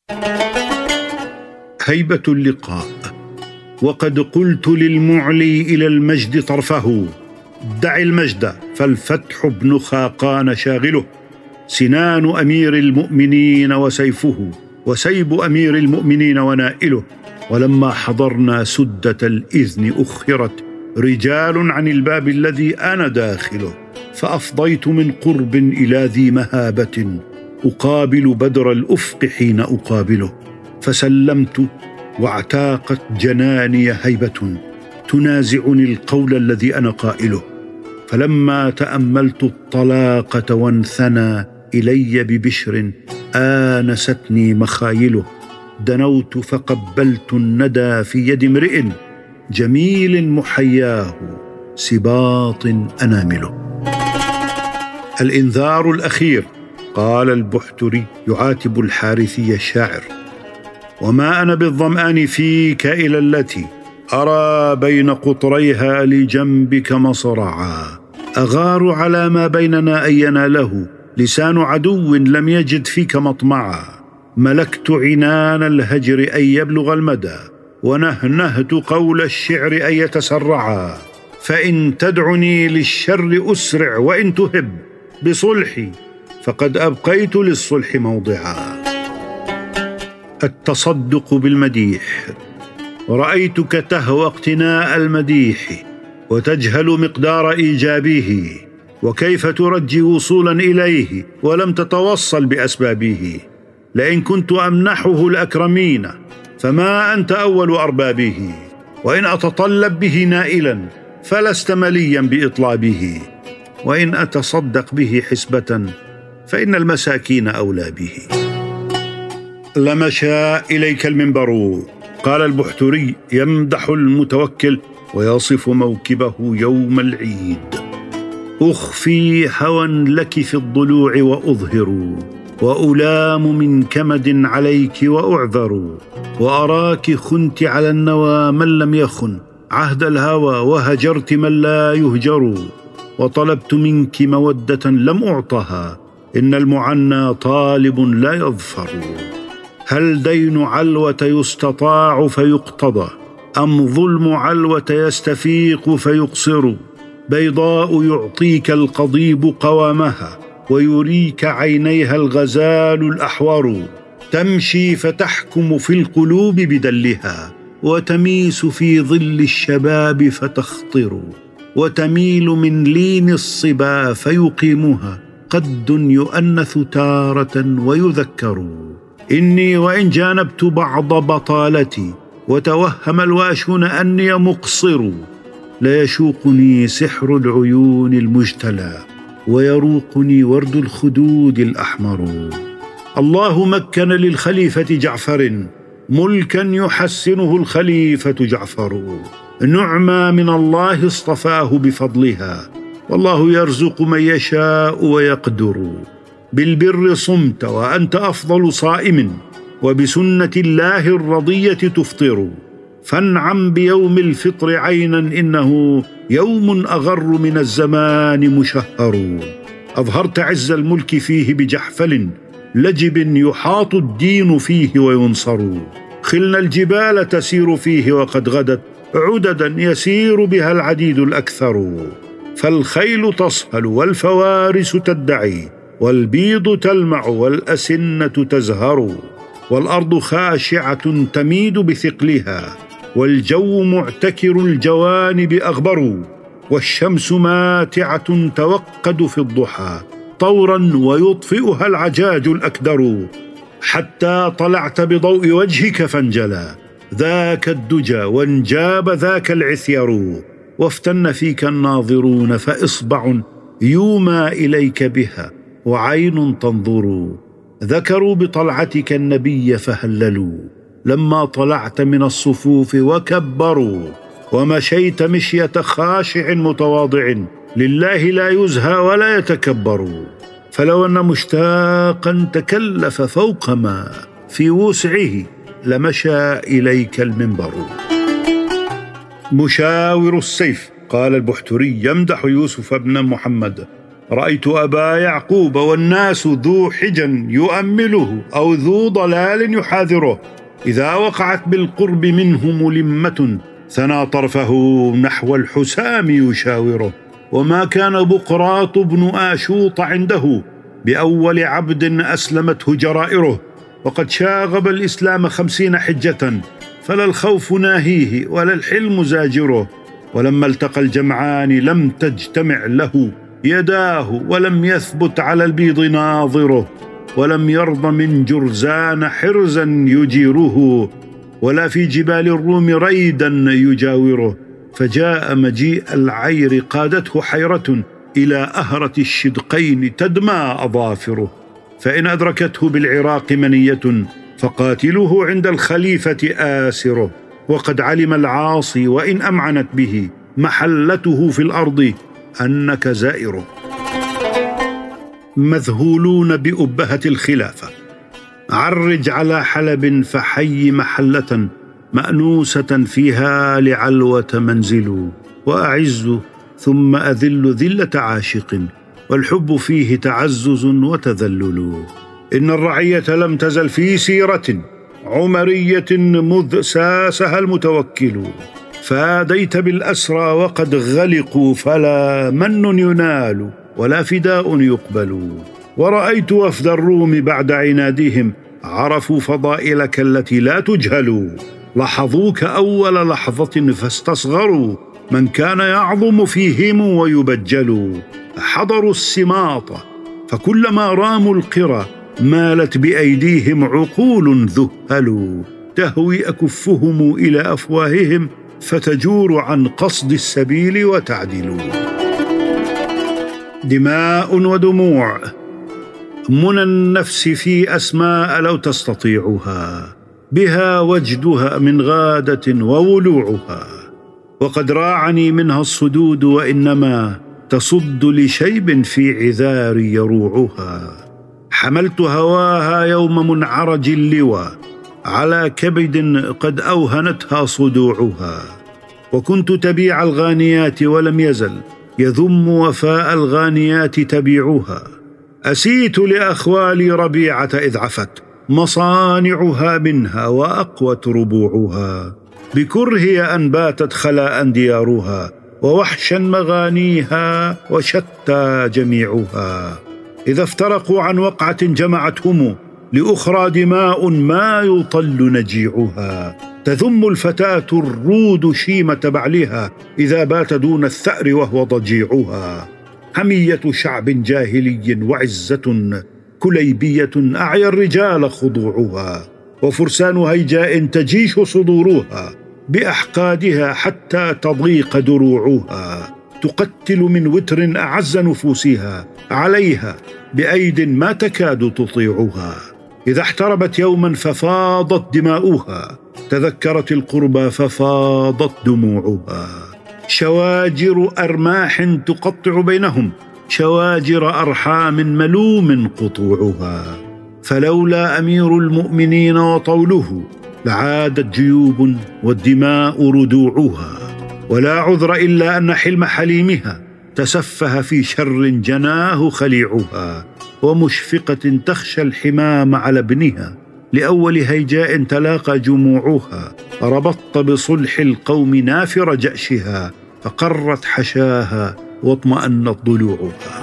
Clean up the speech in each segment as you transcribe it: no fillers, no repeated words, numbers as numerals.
هيبة اللقاء. وقد قلت للمعلي إلى المجد طرفه: دع المجد فالفتح ابن خاقان شاغله. سنان أمير المؤمنين وسيفه، وسيب أمير المؤمنين ونائله. ولما حضرنا سدة الإذن أخرت رجال عن الباب الذي أنا داخله، فأفضيت من قرب إلى ذي مهابة أقابل بدر الأفق حين أقابله، فسلمت واعتاقت جناني هيبة تنازعني القول الذي أنا قائله. فلما تأملت الطلاقة وانثنى إلي ببشر آنستني مخايله، دنوت فقبلت الندى في يد امرئ جميل محياه سباط أنامله. الإنذار الأخير. قال البحتري يعاتب الحارثي الشاعر: وما أنا بالظمآن فيك إلى التي أرى بين قطريها لجنبك مصرعا. أغار على ما بيننا أن يناله لسان عدو لم يجد فيك مطمعا. ملكت عنان الهجر أن يبلغ المدى، ونهنهت قول الشعر أن يتسرعا. فإن تدعني للشر أسرع، وإن تهب بصلحي فقد أبقيت للصلح موضعا. التصدق بالمديح. رأيتك تهوى اقتناء المديح وتجهل مقدار إيجابه، وكيف ترجي وصولا إليه ولم تتوصل بأسبابه. لئن كنت أمنحه الأكرمين فما أنت أول أربابه، وإن أتطلب به نائلا فلست مليا بإطلابه، وإن أتصدق به حسبة فإن المساكين أولى به. لمشى إليك المنبر. قال البحتري يمدح المتوكل ويصف موكبه يوم العيد: أخفي هوى لك في الضلوع وأظهر، وألام من كمد عليك وأعذر. وأراك خنت على النوى من لم يخن عهد الهوى، وهجرت من لا يهجر. وطلبت منك مودة لم أعطها، إن المعنى طالب لا يظفر. هل دين علوة يستطاع فيقتضى، أم ظلم علوة يستفيق فيقصر؟ بيضاء يعطيك القضيب قوامها، ويريك عينيها الغزال الأحور. تمشي فتحكم في القلوب بدلها، وتميس في ظل الشباب فتخطر. وتميل من لين الصبا فيقيمها، قد يؤنث تارة ويذكر. إني وإن جانبت بعض بطالتي، وتوهم الواشون أني مقصر، ليشوقني سحر العيون المجتلى، ويروقني ورد الخدود الأحمر. الله مكن للخليفة جعفر ملكا يحسنه الخليفة جعفر. نعمى من الله اصطفاه بفضلها، والله يرزق من يشاء ويقدر. بالبر صمت وأنت أفضل صائم، وبسنة الله الرضية تفطر. فانعم بيوم الفطر عينا، إنه يوم أغر من الزمان مشهر. أظهرت عز الملك فيه بجحفل لجب، يحاط الدين فيه وينصر. خلنا الجبال تسير فيه، وقد غدت عددا يسير بها العديد الأكثر. فالخيل تصهل والفوارس تدعي، والبيض تلمع والأسنة تزهر. والأرض خاشعة تميد بثقلها، والجو معتكر الجوانب أغبر. والشمس ماتعة توقد في الضحى طورا، ويطفئها العجاج الأكدر. حتى طلعت بضوء وجهك فانجلى ذاك الدجى، وانجاب ذاك العثير. وافتن فيك الناظرون، فإصبع يومى إليك بها، وعين تنظر. ذكروا بطلعتك النبي فهللوا، لما طلعت من الصفوف وكبروا. ومشيت مشية خاشع متواضع، لله لا يزهى ولا يتكبر. فلو أن مشتاقا تكلف فوق ما في وسعه، لمشى إليك المنبر. مشاور السيف. قال البحتري يمدح يوسف بن محمد: رأيت أبا يعقوب والناس ذو حجى يؤمله أو ذو ضلال يحاذره، إذا وقعت بالقرب منه ملمة ثنى طرفه نحو الحسام يشاوره. وما كان بقراط بن آشوط عنده بأول عبد أسلمته جرائره، وقد شاغب الإسلام 50 حجة، فلا الخوف ناهيه ولا الحلم زاجره. ولما التقى الجمعان لم تجتمع له يداه، ولم يثبت على البيض ناظره، ولم يرض من جرزان حرزا يجيره، ولا في جبال الروم ريدا يجاوره. فجاء مجيء العير قادته حيرة إلى أهرة الشدقين تدمى أظافره، فإن أدركته بالعراق منية فقاتله عند الخليفة آسره. وقد علم العاصي وإن أمعنت به محلته في الأرض أنك زائره. مذهولون بأبهة الخلافة. عرج على حلب فحي محلة مأنوسة فيها لعلوة منزل، وأعز ثم أذل ذلة عاشق، والحب فيه تعزز وتذلل. إن الرعية لم تزل في سيرة عمرية مذ ساسها المتوكل، فاديت بالأسرى وقد غلقوا، فلا من ينال ولا فداء يقبل. ورأيت وفد الروم بعد عنادهم عرفوا فضائلك التي لا تجهل، لاحظوك أول لحظة فاستصغروا من كان يعظم فيهم ويبجل. حضروا السماط فكلما راموا القرى مالت بأيديهم عقول ذهلوا، تهوي أكفهم إلى أفواههم فتجور عن قصد السبيل وتعدل. دماء ودموع. منى النفس في أسماء لو تستطيعها، بها وجدها من غادة وولوعها. وقد راعني منها الصدود وإنما تصد لشيب في عذار يروعها. حملت هواها يوم منعرج اللوى على كبد قد أوهنتها صدوعها. وكنت تبيع الغانيات ولم يزل يذم وفاء الغانيات تبيعها. أسيت لأخوالي ربيعة إذ عفت مصانعها منها وأقوت ربوعها. بكرهي أن باتت خلاء ديارها، ووحشا مغانيها وشتى جميعها. إذا افترقوا عن وقعة جمعتهم لأخرى دماء ما يطل نجيعها. تذم الفتاة الرود شيمة بعلها إذا بات دون الثأر وهو ضجيعها. حمية شعب جاهلي وعزة كليبية أعيا الرجال خضوعها. وفرسان هيجاء تجيش صدورها بأحقادها حتى تضيق دروعها. تقتل من وتر أعز نفوسها عليها بأيد ما تكاد تطيعها. إذا احتربت يوما ففاضت دماؤها، تذكرت القربى ففاضت دموعها. شواجر أرماح تقطع بينهم، شواجر أرحام ملوم قطوعها. فلولا أمير المؤمنين وطوله لعادت جيوب والدماء ردوعها. ولا عذر إلا أن حلم حليمها تسفه في شر جناه خليعها. ومشفقة تخشى الحمام على ابنها لأول هيجاء تلاقى جموعها. ربطت بصلح القوم نافر جأشها، فقرت حشاها واطمأنت ضلوعها.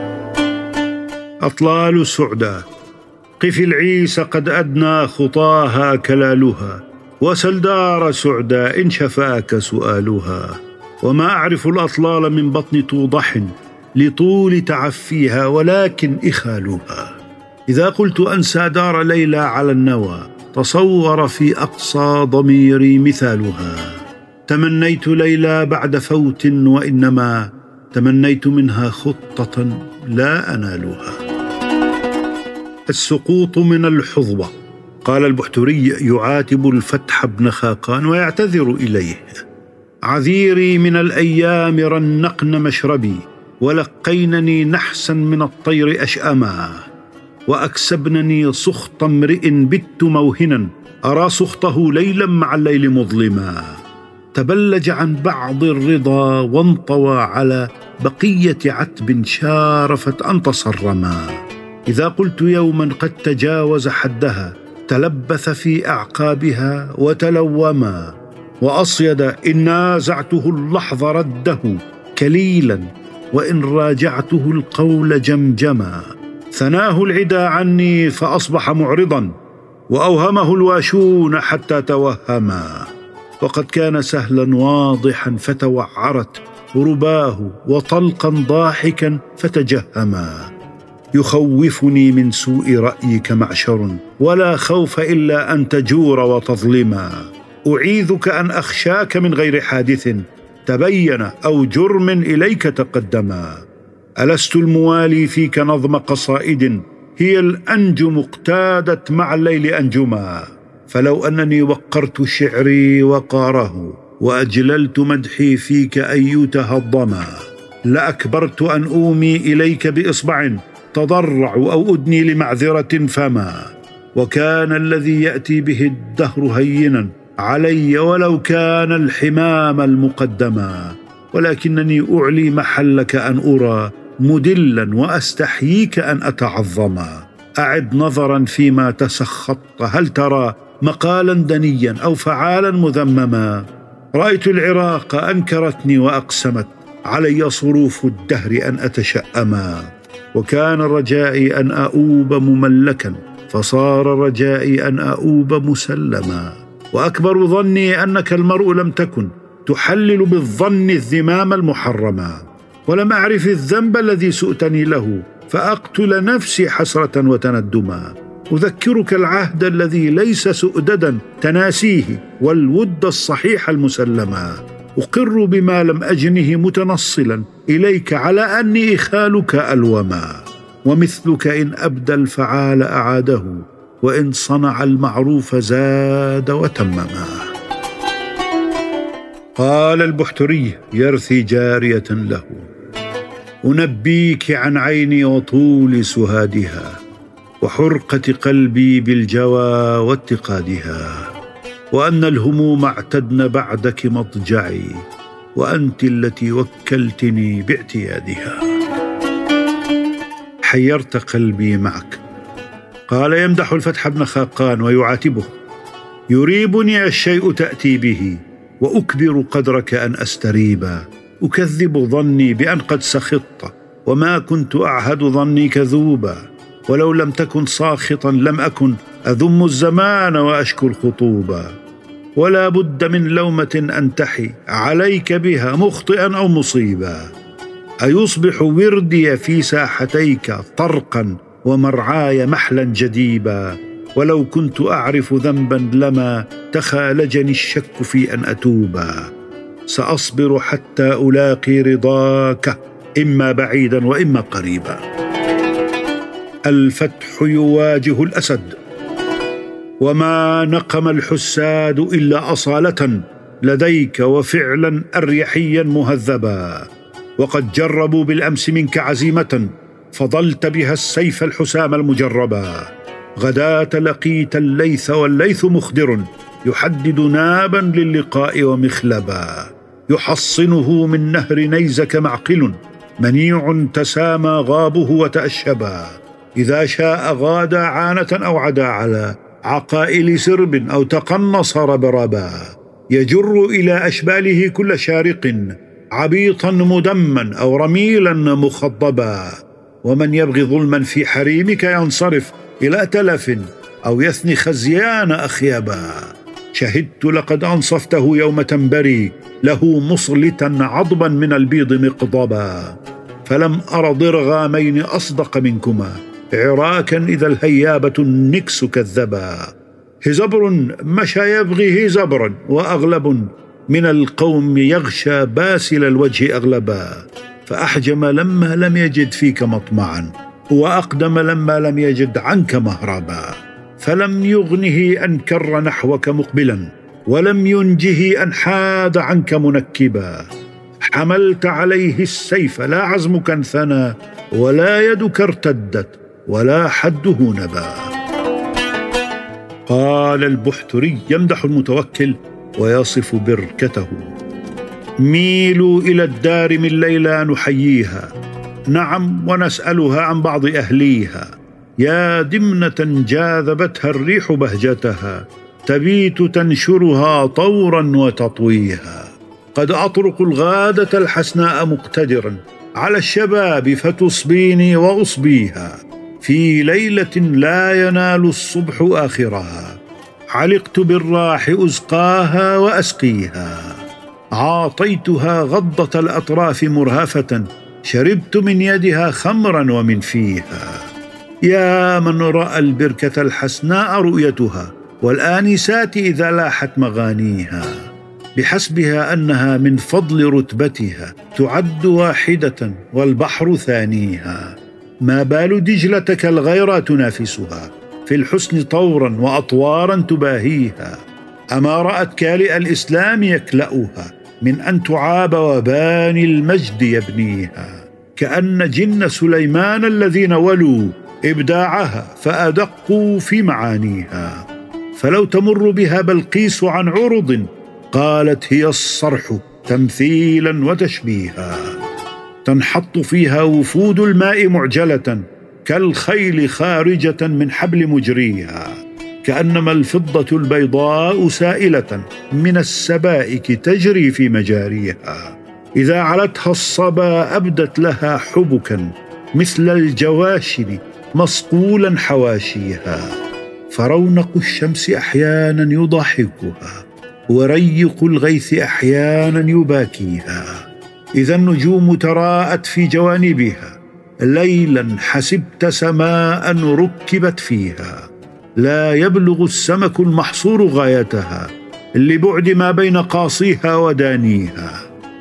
أطلال سعدى. قف العيس قد أدنى خطاها كلالها، وسل دار سعدى إن شفاك سؤالها. وما أعرف الأطلال من بطن توضح لطول تعفيها، ولكن إخالها. إذا قلت أنسى دار ليلى على النوى تصور في أقصى ضميري مثالها. تمنيت ليلى بعد فوت، وإنما تمنيت منها خطة لا أنالها. السقوط من الحظوة. قال البحتري يعاتب الفتح بن خاقان ويعتذر إليه: عذيري من الأيام رنقن مشربي، ولقينني نحسا من الطير أشأما، وأكسبنني سخط امرئ بت موهنا، أرى سخطه ليلا مع الليل مظلما. تبلج عن بعض الرضا وانطوى على بقية عتب شارفت أن تصرما. إذا قلت يوما قد تجاوز حدها تلبث في أعقابها وتلوما، وأصيد إن نازعته اللحظ رده كليلا، وإن راجعته القول جمجما. ثناه العدا عني فأصبح معرضا، وأوهمه الواشون حتى توهما. وقد كان سهلا واضحا فتوعرت رباه، وطلقا ضاحكا فتجهما. يخوفني من سوء رأيك معشر، ولا خوف إلا أن تجور وتظلما. أعيذك أن أخشاك من غير حادث تبين أو جرم إليك تقدما. ألست الموالي فيك نظم قصائد، هي الأنجم اقتادت مع الليل أنجما. فلو أنني وقرت شعري وقاره، وأجللت مدحي فيك أن يتهضما، لأكبرت أن أومي إليك بإصبع تضرع أو أدني لمعذرة فما. وكان الذي يأتي به الدهر هينا علي ولو كان الحمام المقدما. ولكنني أعلي محلك أن أرى مدلا، وأستحييك أن أتعظما. أعد نظرا فيما تسخطت، هل ترى مقالا دنيا أو فعالا مذمما؟ رأيت العراق أنكرتني وأقسمت علي صروف الدهر أن أتشأما. وكان رجائي أن أؤوب مملكا، فصار رجائي أن أؤوب مسلما. وأكبر ظني أنك المرء لم تكن تحلل بالظن الذمام المحرما، ولم أعرف الذنب الذي سؤتني له فأقتل نفسي حسرة وتندما. أذكرك العهد الذي ليس سؤددا تناسيه، والود الصحيح المسلما. أقر بما لم أجنه متنصلا إليك على أني إخالك ألوما. ومثلك إن أبدى الفعال أعاده، وإن صنع المعروف زاد وتمما. قال البحتري يرثي جارية له: أنبيك عن عيني وطول سهادها، وحرقة قلبي بالجوى واتقادها، وأن الهموم اعتدن بعدك مضجعي، وأنت التي وكلتني باعتيادها. حيرت قلبي معك. قال يمدح الفتح بن خاقان ويعاتبه: يريبني الشيء تأتي به، وأكبر قدرك أن أستريبا. أكذب ظني بأن قد سخطت، وما كنت أعهد ظني كذوبا. ولو لم تكن ساخطا لم أكن أذم الزمان وأشكو الخطوبا. ولا بد من لومة أنتحي عليك بها مخطئا أو مصيبا. أيصبح وردي في ساحتيك طرقا، ومرعاي محلا جديبا. ولو كنت أعرف ذنبا لما تخالجني الشك في أن أتوبا. سأصبر حتى ألاقي رضاك، إما بعيدا وإما قريبا. الفتح يواجه الأسد، وما نقم الحساد إلا أصالة لديك، وفعلا أريحيا مهذبا. وقد جربوا بالأمس منك عزيمة، فضلت بها السيف الحسام المجربا. غداة لقيت الليث، والليث مخدر يحدد نابا للقاء ومخلبا. يحصنه من نهر نيزك معقل، منيع تسامى غابه وتأشبا. إذا شاء غادى عانة أو عدا على عقائل سرب، أو تقنص ربربا. يجر إلى أشباله كل شارق، عبيطا مدما أو رميلا مخضبا. ومن يبغي ظلما في حريمك ينصرف إلى تلف، أو يثني خزيان أخيبا. شهدت لقد أنصفته يوم تنبري، له مصلتا عضبا من البيض مقضبا. فلم أر ضرغامين أصدق منكما، عراكا إذا الهيابة النكس كذبا. هزبر مشى يبغي هزبرا، وأغلب من القوم يغشى باسل الوجه أغلبا. فأحجم لما لم يجد فيك مطمعا، وأقدم لما لم يجد عنك مهربا. فلم يغنه أن كر نحوك مقبلا، ولم ينجه أن حاد عنك منكبا. حملت عليه السيف لا عزمك انثنى، ولا يدك ارتدت ولا حده نبا. قال البحتري يمدح المتوكل ويصف بركته: ميلوا إلى الدار من ليلى نحييها، نعم ونسألها عن بعض أهليها. يا دمنة جاذبتها الريح بهجتها، تبيت تنشرها طورا وتطويها. قد أطرق الغادة الحسناء مقتدرا على الشباب فتصبيني وأصبيها، في ليلة لا ينال الصبح آخرها. علقت بالراح أزقاها وأسقيها، عاطيتها غضة الأطراف مرهفة، شربت من يدها خمرا ومن فيها. يا من رأى البركة الحسناء رؤيتها، والآنسات إذا لاحت مغانيها، بحسبها أنها من فضل رتبتها تعد واحدة والبحر ثانيها. ما بال دجلة كالغيرى تنافسها، في الحسن طورا وأطوارا تباهيها. أما رأت كالئ الإسلام يكلأها، من أن تعاب وباني المجد يبنيها. كأن جن سليمان الذين ولوا إبداعها فأدقوا في معانيها. فلو تمر بها بلقيس عن عرض، قالت هي الصرح تمثيلا وتشبيها. تنحط فيها وفود الماء معجلة، كالخيل خارجة من حبل مجريها. كأنما الفضة البيضاء سائلة من السبائك تجري في مجاريها. إذا علتها الصبا أبدت لها حبكا، مثل الجواشن مصقولا حواشيها. فرونق الشمس أحيانا يضحكها، وريق الغيث أحيانا يباكيها. إذا النجوم تراءت في جوانبها، ليلا حسبت سماء ركبت فيها. لا يبلغ السمك المحصور غايتها، لبعد ما بين قاصيها ودانيها.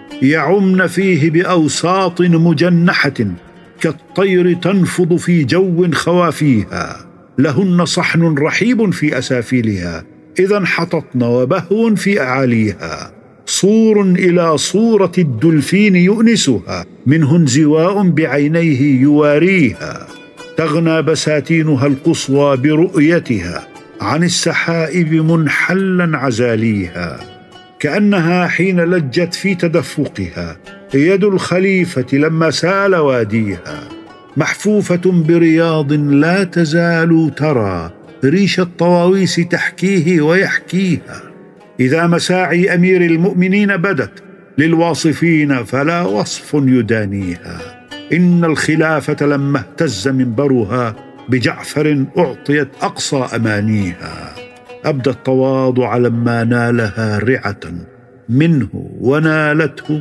يعمن فيه بأوساط مجنحة، كالطير تنفض في جو خوافيها. لهن صحن رحيب في أسافلها، إذا انحططن وبهو في أعاليها. صور إلى صورة الدلفين يؤنسها، منه انزواء بعينيه يواريها. تغنى بساتينها القصوى برؤيتها، عن السحائب منحلا عزاليها. كأنها حين لجت في تدفقها يد الخليفة لما سال واديها. محفوفة برياض لا تزال ترى ريش الطواويس تحكيه ويحكيها. إذا مساعي أمير المؤمنين بدت للواصفين، فلا وصف يدانيها. إن الخلافة لما اهتز منبرها، بجعفر أعطيت أقصى أمانيها. أبدى التواضع لما نالها رعة منه، ونالته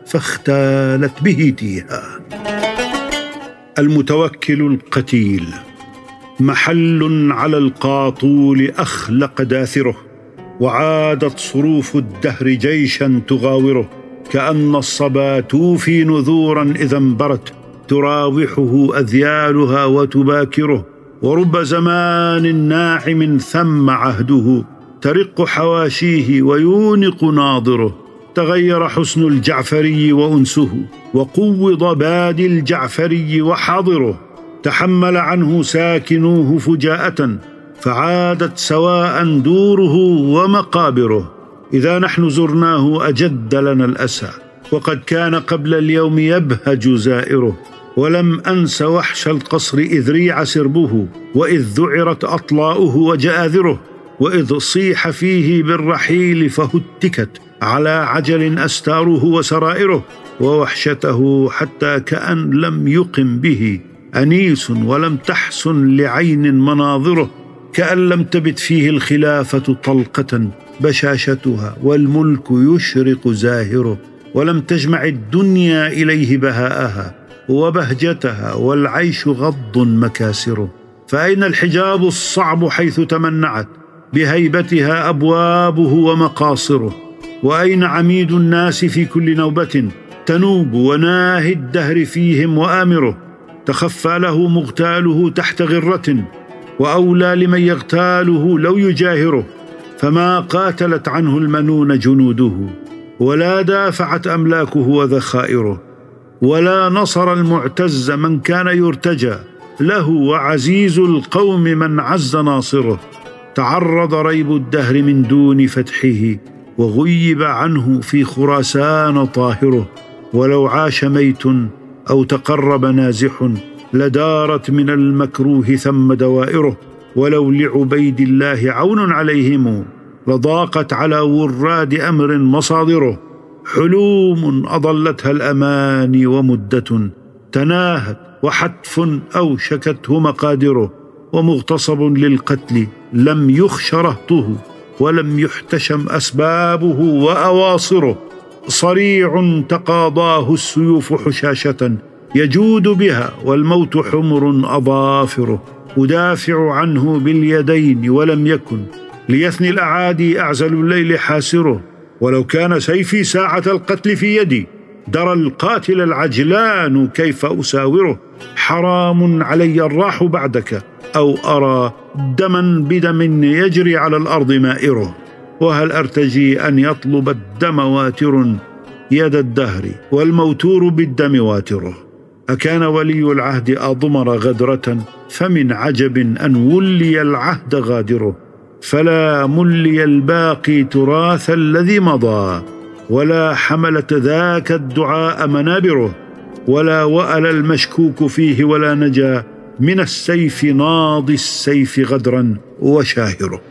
فاختالت به تيها. المتوكل القتيل، محل على القاطول أخلق داثره، وعادت صروف الدهر جيشا تغاوره. كأن الصبا توفي نذورا إذا انبرت، تراوحه أذيالها وتباكره. ورب زمان ناعم ثم عهده، ترق حواشيه ويونق ناظره. تغير حسن الجعفري وأنسه، وقوض بادي الجعفري وحاضره. تحمل عنه ساكنوه فجاءة، فعادت سواء دوره ومقابره. إذا نحن زرناه أجد لنا الأسى، وقد كان قبل اليوم يبهج زائره. ولم أنس وحش القصر إذ ريع سربه، وإذ ذعرت أطلاؤه وجآذره. وإذ صيح فيه بالرحيل فهتكت على عجل أستاره وسرائره. ووحشته حتى كأن لم يقم به أنيس، ولم تحسن لعين مناظره. كأن لم تبت فيه الخلافة طلقة بشاشتها، والملك يشرق زاهره. ولم تجمع الدنيا إليه بهاءها وبهجتها، والعيش غض مكاسره. فأين الحجاب الصعب حيث تمنعت بهيبتها أبوابه ومقاصره؟ وأين عميد الناس في كل نوبة تنوب، وناهي الدهر فيهم وآمره؟ تخفى له مغتاله تحت غرة، وأولى لمن يغتاله لو يجاهره. فما قاتلت عنه المنون جنوده، ولا دافعت أملاكه وذخائره. ولا نصر المعتز من كان يرتجى له، وعزيز القوم من عز ناصره. تعرض ريب الدهر من دون فتحه، وغيب عنه في خراسان طاهره. ولو عاش ميت أو تقرب نازح لدارت من المكروه ثم دوائره. ولو لعبيد الله عون عليهم لضاقت على وراد أمر مصادره. حلوم أضلتها الأماني ومدة تناهت وحتف أوشكته مقادره. ومغتصب للقتل لم يخش رهطه ولم يحتشم أسبابه وأواصره. صريع تقاضاه السيوف حشاشة يجود بها والموت حمر أظافره. أدافع عنه باليدين ولم يكن ليثني الأعادي أعزل الليل حاسره. ولو كان سيفي ساعة القتل في يدي درى القاتل العجلان كيف أساوره. حرام علي الراح بعدك أو أرى دما بدم يجري على الأرض مائره. وهل أرتجي أن يطلب الدم واتر يد الدهر والموتور بالدم واتره. أكان ولي العهد أضمر غدرة فمن عجب أن ولي العهد غادره. فلا ملي الباقي تراث الذي مضى ولا حملت ذاك الدعاء منابره. ولا وأل المشكوك فيه ولا نجا من السيف ناضي السيف غدرا وشاهره.